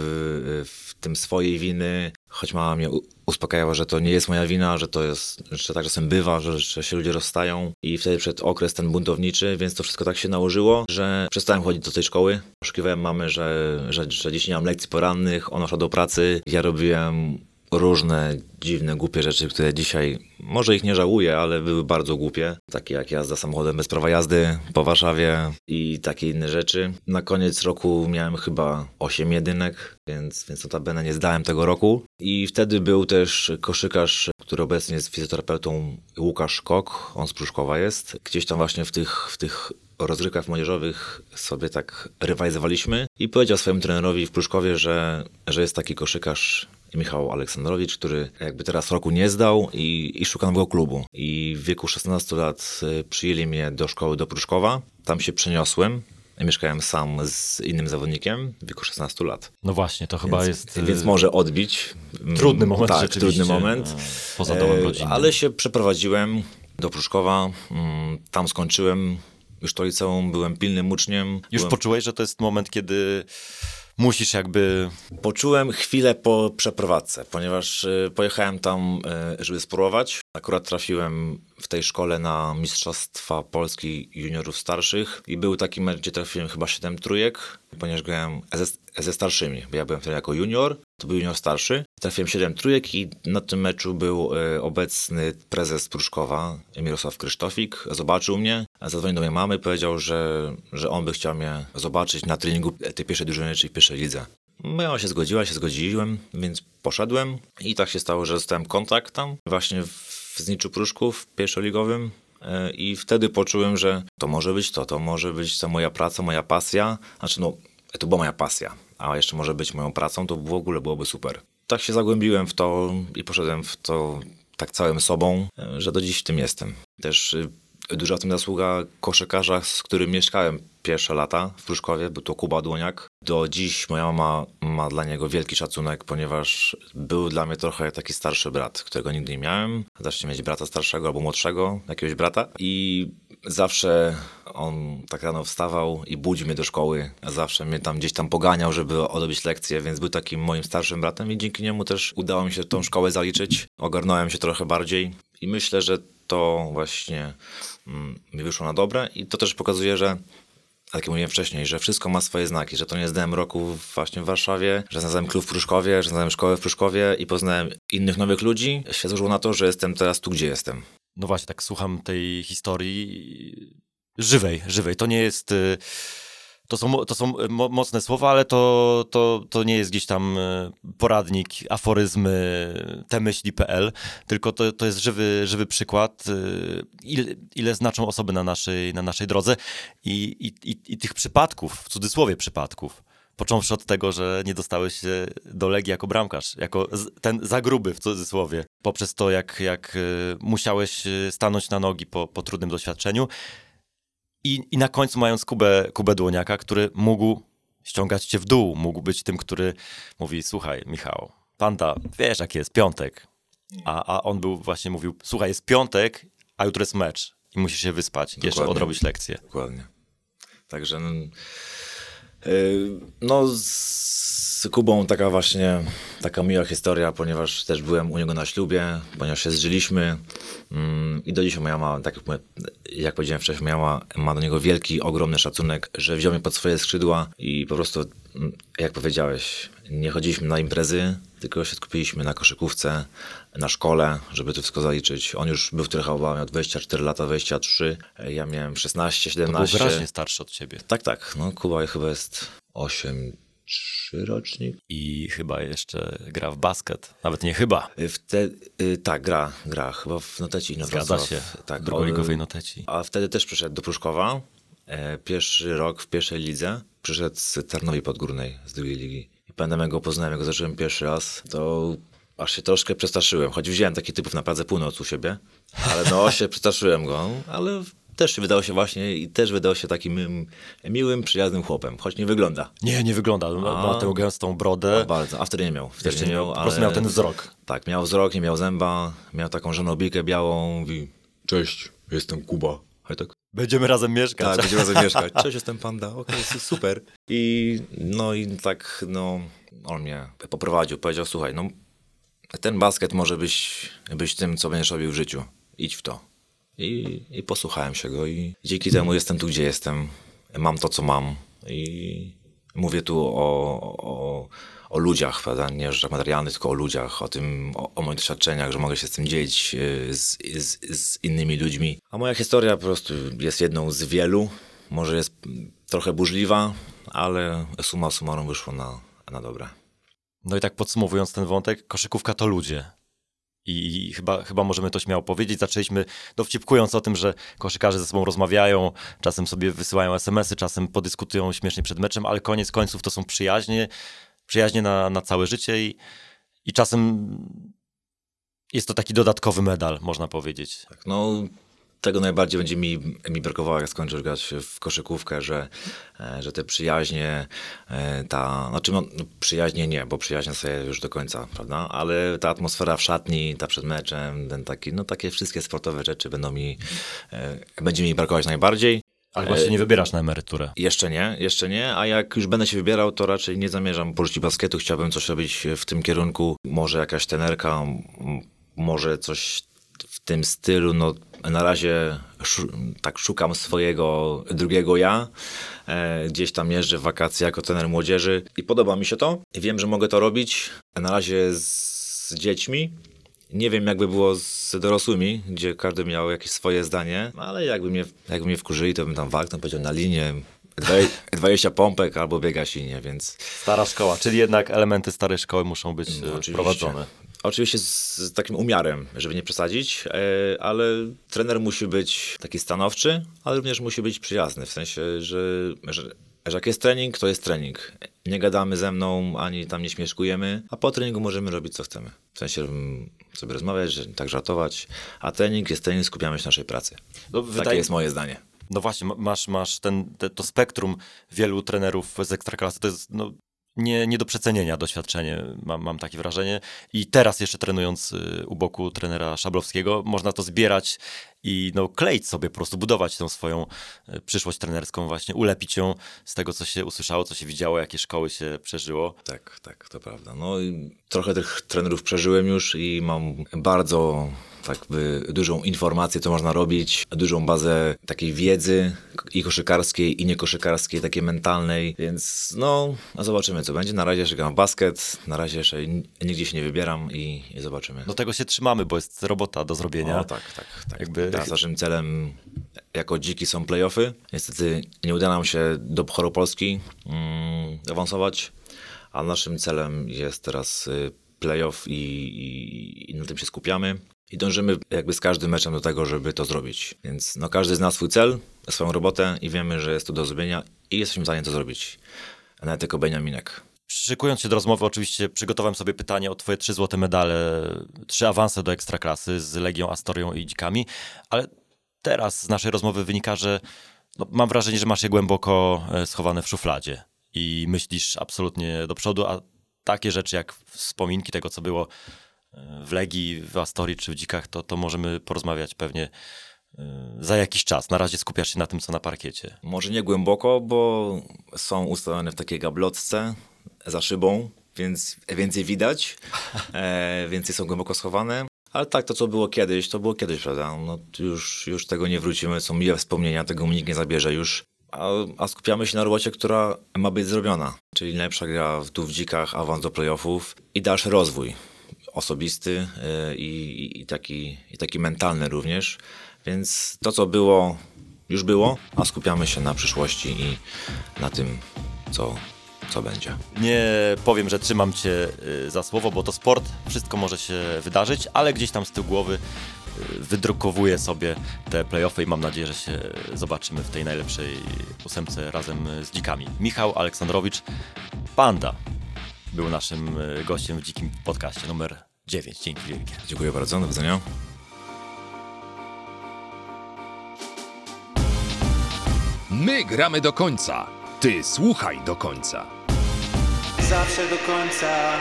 w tym swojej winy. Choć mama mnie uspokajała, że to nie jest moja wina, że to jest, że tak czasem bywa, że się ludzie rozstają. I wtedy przyszedł okres ten buntowniczy, więc to wszystko tak się nałożyło, że przestałem chodzić do tej szkoły. Oszukiwałem mamy, że dziś nie mam lekcji porannych, ona szła do pracy. Ja robiłem różne dziwne, głupie rzeczy, które dzisiaj, może ich nie żałuję, ale były bardzo głupie. Takie jak jazda samochodem bez prawa jazdy po Warszawie i takie inne rzeczy. Na koniec roku miałem chyba 8 jedynek, więc notabene nie zdałem tego roku. I wtedy był też koszykarz, który obecnie jest fizjoterapeutą, Łukasz Kok, on z Pruszkowa jest. Gdzieś tam właśnie w tych rozgrywkach młodzieżowych sobie tak rywalizowaliśmy i powiedział swojemu trenerowi w Pruszkowie, że jest taki koszykarz Michał Aleksandrowicz, który jakby teraz roku nie zdał i szuka nowego klubu. I w wieku 16 lat przyjęli mnie do szkoły do Pruszkowa. Tam się przeniosłem. Mieszkałem sam z innym zawodnikiem w wieku 16 lat. No właśnie, to chyba jest... Więc może odbić. Trudny moment, tak, rzeczywiście. Trudny moment. Poza domem rodzinnym. Ale się przeprowadziłem do Pruszkowa. Tam skończyłem już to liceum, byłem pilnym uczniem. Poczułeś, że to jest moment, kiedy musisz jakby... Poczułem chwilę po przeprowadzce, ponieważ pojechałem tam, żeby spróbować. Akurat trafiłem w tej szkole na Mistrzostwa Polski juniorów starszych i był taki mecz, gdzie trafiłem chyba 7 trójek, ponieważ grałem ze starszymi, bo ja byłem wtedy jako junior, to był junior starszy. Trafiłem 7 trójek i na tym meczu był obecny prezes Pruszkowa, Mirosław Krysztofik, zobaczył mnie, zadzwonił do mojej mamy, powiedział, że on by chciał mnie zobaczyć na treningu tej pierwszej drużyny, czyli w pierwszej lidze. Mama się zgodziła, się zgodziłem, więc poszedłem i tak się stało, że dostałem kontrakt tam, właśnie w Zniczu Pruszków, pierwszoligowym. I wtedy poczułem, że to może być ta moja praca, moja pasja. Znaczy to była moja pasja, a jeszcze może być moją pracą, to w ogóle byłoby super. Tak się zagłębiłem w to i poszedłem w to tak całym sobą, że do dziś w tym jestem. Też duża w tym zasługa koszykarza, z którym mieszkałem pierwsze lata w Pruszkowie, był to Kuba Dłoniak. Do dziś moja mama ma dla niego wielki szacunek, ponieważ był dla mnie trochę taki starszy brat, którego nigdy nie miałem. Zacznę mieć brata starszego albo młodszego, jakiegoś brata. I zawsze on tak rano wstawał i budził mnie do szkoły, a zawsze mnie tam gdzieś tam poganiał, żeby odrobić lekcje, więc był takim moim starszym bratem i dzięki niemu też udało mi się tą szkołę zaliczyć. Ogarnąłem się trochę bardziej i myślę, że to właśnie mi wyszło na dobre i to też pokazuje, że tak jak mówiłem wcześniej, że wszystko ma swoje znaki, że to nie zdałem roku właśnie w Warszawie, że znałem klub w Pruszkowie, że znałem szkołę w Pruszkowie i poznałem innych nowych ludzi. Się złożyło na to, że jestem teraz tu, gdzie jestem. No właśnie, tak słucham tej historii żywej. To nie jest... To są mocne słowa, ale to nie jest gdzieś tam poradnik, aforyzmy, temyśli.pl, tylko to jest żywy przykład, ile znaczą osoby na naszej drodze i tych przypadków, w cudzysłowie przypadków, począwszy od tego, że nie dostałeś się do Legii jako bramkarz, jako ten za gruby w cudzysłowie, poprzez to, jak musiałeś stanąć na nogi po trudnym doświadczeniu. I na końcu mając Kubę Dłoniaka, który mógł ściągać cię w dół, mógł być tym, który mówi, słuchaj Michał, Panda, wiesz jaki jest piątek, a on właśnie mówił, słuchaj, jest piątek, a jutro jest mecz i musisz się wyspać, jeszcze Dokładnie. odrobić lekcje. Dokładnie. Także no z Kubą taka miła historia, ponieważ też byłem u niego na ślubie, ponieważ się zżyliśmy i do dzisiaj moja mama, tak jak powiedziałem wcześniej, moja mama ma do niego wielki, ogromny szacunek, że wziął mnie pod swoje skrzydła i po prostu, jak powiedziałeś, nie chodziliśmy na imprezy, tylko się skupiliśmy na koszykówce, na szkole, żeby to wszystko zaliczyć. On już był wtedy chyba miał 24 lata, 23, ja miałem 16, 17. To był wyraźnie starszy od ciebie. Tak. No, Kuba chyba jest 8-3 rocznik. I chyba jeszcze gra w basket. Nawet nie chyba. Tak, gra. Chyba w Noteci. Zgadza się. Tak, w drugoligowej Noteci. A wtedy też przyszedł do Pruszkowa. Pierwszy rok w pierwszej lidze. Przyszedł z Tarnowi Podgórnej, z drugiej ligi. I pamiętam, jak go poznałem, jak go zacząłem pierwszy raz, to aż się troszkę przestraszyłem. Choć widziałem takich typów na Pradze Północ u siebie, ale się przestraszyłem go. Ale też wydał się takim miłym, przyjaznym chłopem, choć nie wygląda. Nie wygląda. Ma tę gęstą brodę. Bardzo. A wtedy nie miał. Jeszcze nie miał, po prostu miał ten wzrok. Tak, miał wzrok, nie miał zęba, miał taką żonobikę białą, mówi: cześć, jestem Kuba. A tak, będziemy razem mieszkać. Tak, będziemy razem mieszkać. Cześć, jestem Panda. Okej, super. I on mnie poprowadził, powiedział: słuchaj, ten basket może być tym, co będziesz robił w życiu. Idź w to. I posłuchałem się go i dzięki temu jestem tu, gdzie jestem. Mam to, co mam. I mówię tu o ludziach, prawda? Nie rzeczach materialnych, tylko o ludziach, o moich doświadczeniach, że mogę się z tym dzielić z innymi ludźmi. A moja historia po prostu jest jedną z wielu. Może jest trochę burzliwa, ale summa summarum wyszło na dobre. No i tak podsumowując ten wątek, koszykówka to ludzie. I chyba możemy to śmiało powiedzieć. Zaczęliśmy dowcipkując o tym, że koszykarze ze sobą rozmawiają, czasem sobie wysyłają SMS-y, czasem podyskutują śmiesznie przed meczem, ale koniec końców to są przyjaźnie na całe życie i czasem jest to taki dodatkowy medal, można powiedzieć. Tak, tego najbardziej będzie mi brakowało, jak skończysz grać w koszykówkę, że te przyjaźnie, przyjaźnie nie, bo przyjaźnie sobie już do końca, prawda? Ale ta atmosfera w szatni, ta przed meczem, takie wszystkie sportowe rzeczy będzie mi brakować najbardziej. Ale właśnie nie wybierasz na emeryturę. Jeszcze nie, a jak już będę się wybierał, to raczej nie zamierzam porzucić basketu, chciałbym coś robić w tym kierunku, może jakaś trenerka, może coś w tym stylu, na razie szukam swojego drugiego ja. Gdzieś tam jeżdżę w wakacje jako trener młodzieży i podoba mi się to. Wiem, że mogę to robić. Na razie z dziećmi. Nie wiem, jakby było z dorosłymi, gdzie każdy miał jakieś swoje zdanie, ale jakby mnie wkurzyli, to bym tam walknął, powiedział na linię 20 pompek albo biega silnie, więc... Stara szkoła, czyli jednak elementy starej szkoły muszą być wprowadzone. Oczywiście z takim umiarem, żeby nie przesadzić, ale trener musi być taki stanowczy, ale również musi być przyjazny, w sensie, że jak jest trening, to jest trening. Nie gadamy ze mną, ani tam nie śmieszkujemy, a po treningu możemy robić, co chcemy. W sensie sobie rozmawiać, tak żartować, a trening jest trening, skupiamy się na naszej pracy. Takie jest moje zdanie. No właśnie, masz to spektrum wielu trenerów z Ekstraklasy, to jest nie do przecenienia doświadczenie, mam takie wrażenie. I teraz jeszcze trenując u boku trenera Szablowskiego, można to zbierać i kleić sobie, po prostu budować tą swoją przyszłość trenerską właśnie, ulepić ją z tego, co się usłyszało, co się widziało, jakie szkoły się przeżyło. Tak, to prawda. Trochę tych trenerów przeżyłem już i mam bardzo dużą informację, co można robić, dużą bazę takiej wiedzy i koszykarskiej, i niekoszykarskiej, takiej mentalnej, więc zobaczymy, co będzie. Na razie jeszcze gram w basket, na razie jeszcze nigdzie się nie wybieram i zobaczymy. Do tego się trzymamy, bo jest robota do zrobienia. Tak. Teraz naszym celem jako dziki są play-offy. Niestety nie uda nam się do Pucharu Polski awansować, a naszym celem jest teraz play-off i na tym się skupiamy. I dążymy jakby z każdym meczem do tego, żeby to zrobić. Więc każdy zna swój cel, swoją robotę i wiemy, że jest to do zrobienia i jesteśmy w stanie to zrobić. Nawet jako Beniaminek. Szykując się do rozmowy, oczywiście przygotowałem sobie pytanie o twoje 3 złote medale, 3 awanse do Ekstraklasy z Legią, Astorią i Dzikami, ale teraz z naszej rozmowy wynika, że mam wrażenie, że masz je głęboko schowane w szufladzie i myślisz absolutnie do przodu, a takie rzeczy jak wspominki tego, co było w Legii, w Astorii czy w Dzikach, to możemy porozmawiać pewnie za jakiś czas? Na razie skupiasz się na tym, co na parkiecie. Może nie głęboko, bo są ustawione w takiej gablotce za szybą, więc więcej widać, więcej są głęboko schowane. Ale tak, to co było kiedyś, prawda? No, już tego nie wrócimy, są miłe wspomnienia, tego mi nikt nie zabierze już. A skupiamy się na robocie, która ma być zrobiona. Czyli najlepsza gra w dzikach, awans do playoffów i dalszy rozwój osobisty i taki mentalny również. Więc to, co było, już było, a skupiamy się na przyszłości i na tym, co będzie. Nie powiem, że trzymam cię za słowo, bo to sport, wszystko może się wydarzyć, ale gdzieś tam z tyłu głowy wydrukowuję sobie te play-offy i mam nadzieję, że się zobaczymy w tej najlepszej 8 razem z dzikami. Michał Aleksandrowicz, Panda, był naszym gościem w Dzikim Podcaście numer 9. Dzięki wielkie. Dziękuję bardzo, do widzenia. My gramy do końca. Ty słuchaj do końca. Zawsze do końca.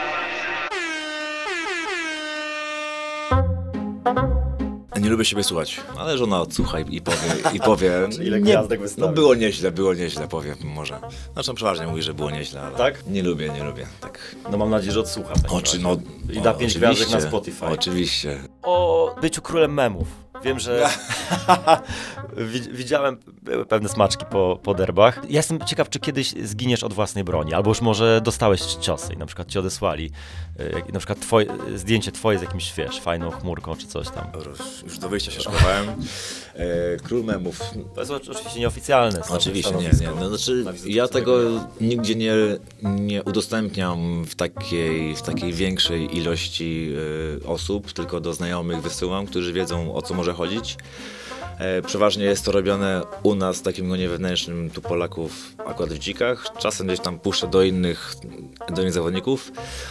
Nie lubię siebie słuchać, ale żona odsłucha i powie Ile gwiazdek wystawi? No było nieźle, powiem może. Znaczy przeważnie mówi, że było nieźle, ale tak? Nie lubię, tak. No mam nadzieję, że odsłucha. I da 5 gwiazdek na Spotify. Oczywiście. O byciu królem memów. Wiem, że widziałem pewne smaczki po derbach. Ja jestem ciekaw, czy kiedyś zginiesz od własnej broni, albo już może dostałeś ciosy i na przykład ci odesłali na przykład zdjęcie twoje z jakimś, fajną chmurką czy coś tam. Już do wyjścia się szykowałem. Król memów. To jest oczywiście nieoficjalne. Oczywiście, nie. No, znaczy, ja tego nigdzie nie udostępniam w takiej większej ilości osób, tylko do znajomych wysyłam, którzy wiedzą, o co może chodzić. Przeważnie jest to robione u nas w takim gronie wewnętrznym, tu Polaków, akurat w dzikach. Czasem gdzieś tam puszczę do innych zawodników,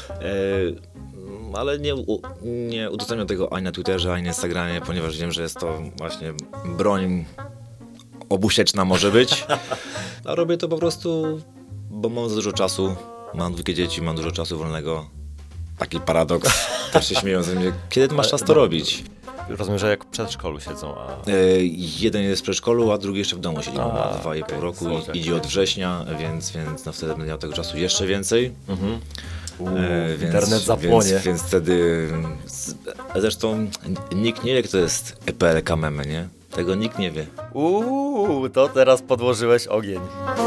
ale nie udostępniam tego ani na Twitterze, ani na Instagramie, ponieważ wiem, że jest to właśnie broń obusieczna może być. A robię to po prostu, bo mam za dużo czasu, mam 2 dzieci, mam dużo czasu wolnego. Taki paradoks, też się śmieją ze mnie. Kiedy ty masz czas to robić? Rozumiem, że jak w przedszkolu siedzą, a... Jeden jest w przedszkolu, a drugi jeszcze w domu siedzi. Ma 2,5 roku i idzie od września, więc no wtedy będę miał tego czasu jeszcze więcej. Internet zapłonie. Więc wtedy... Zresztą nikt nie wie, kto jest EPLK Meme, nie? Tego nikt nie wie. To teraz podłożyłeś ogień.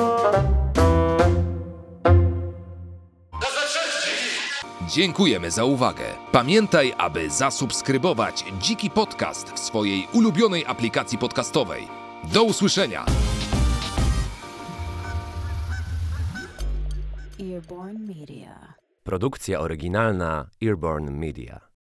Dziękujemy za uwagę. Pamiętaj, aby zasubskrybować Dziki Podcast w swojej ulubionej aplikacji podcastowej. Do usłyszenia! Earborn Media. Produkcja oryginalna Earborn Media.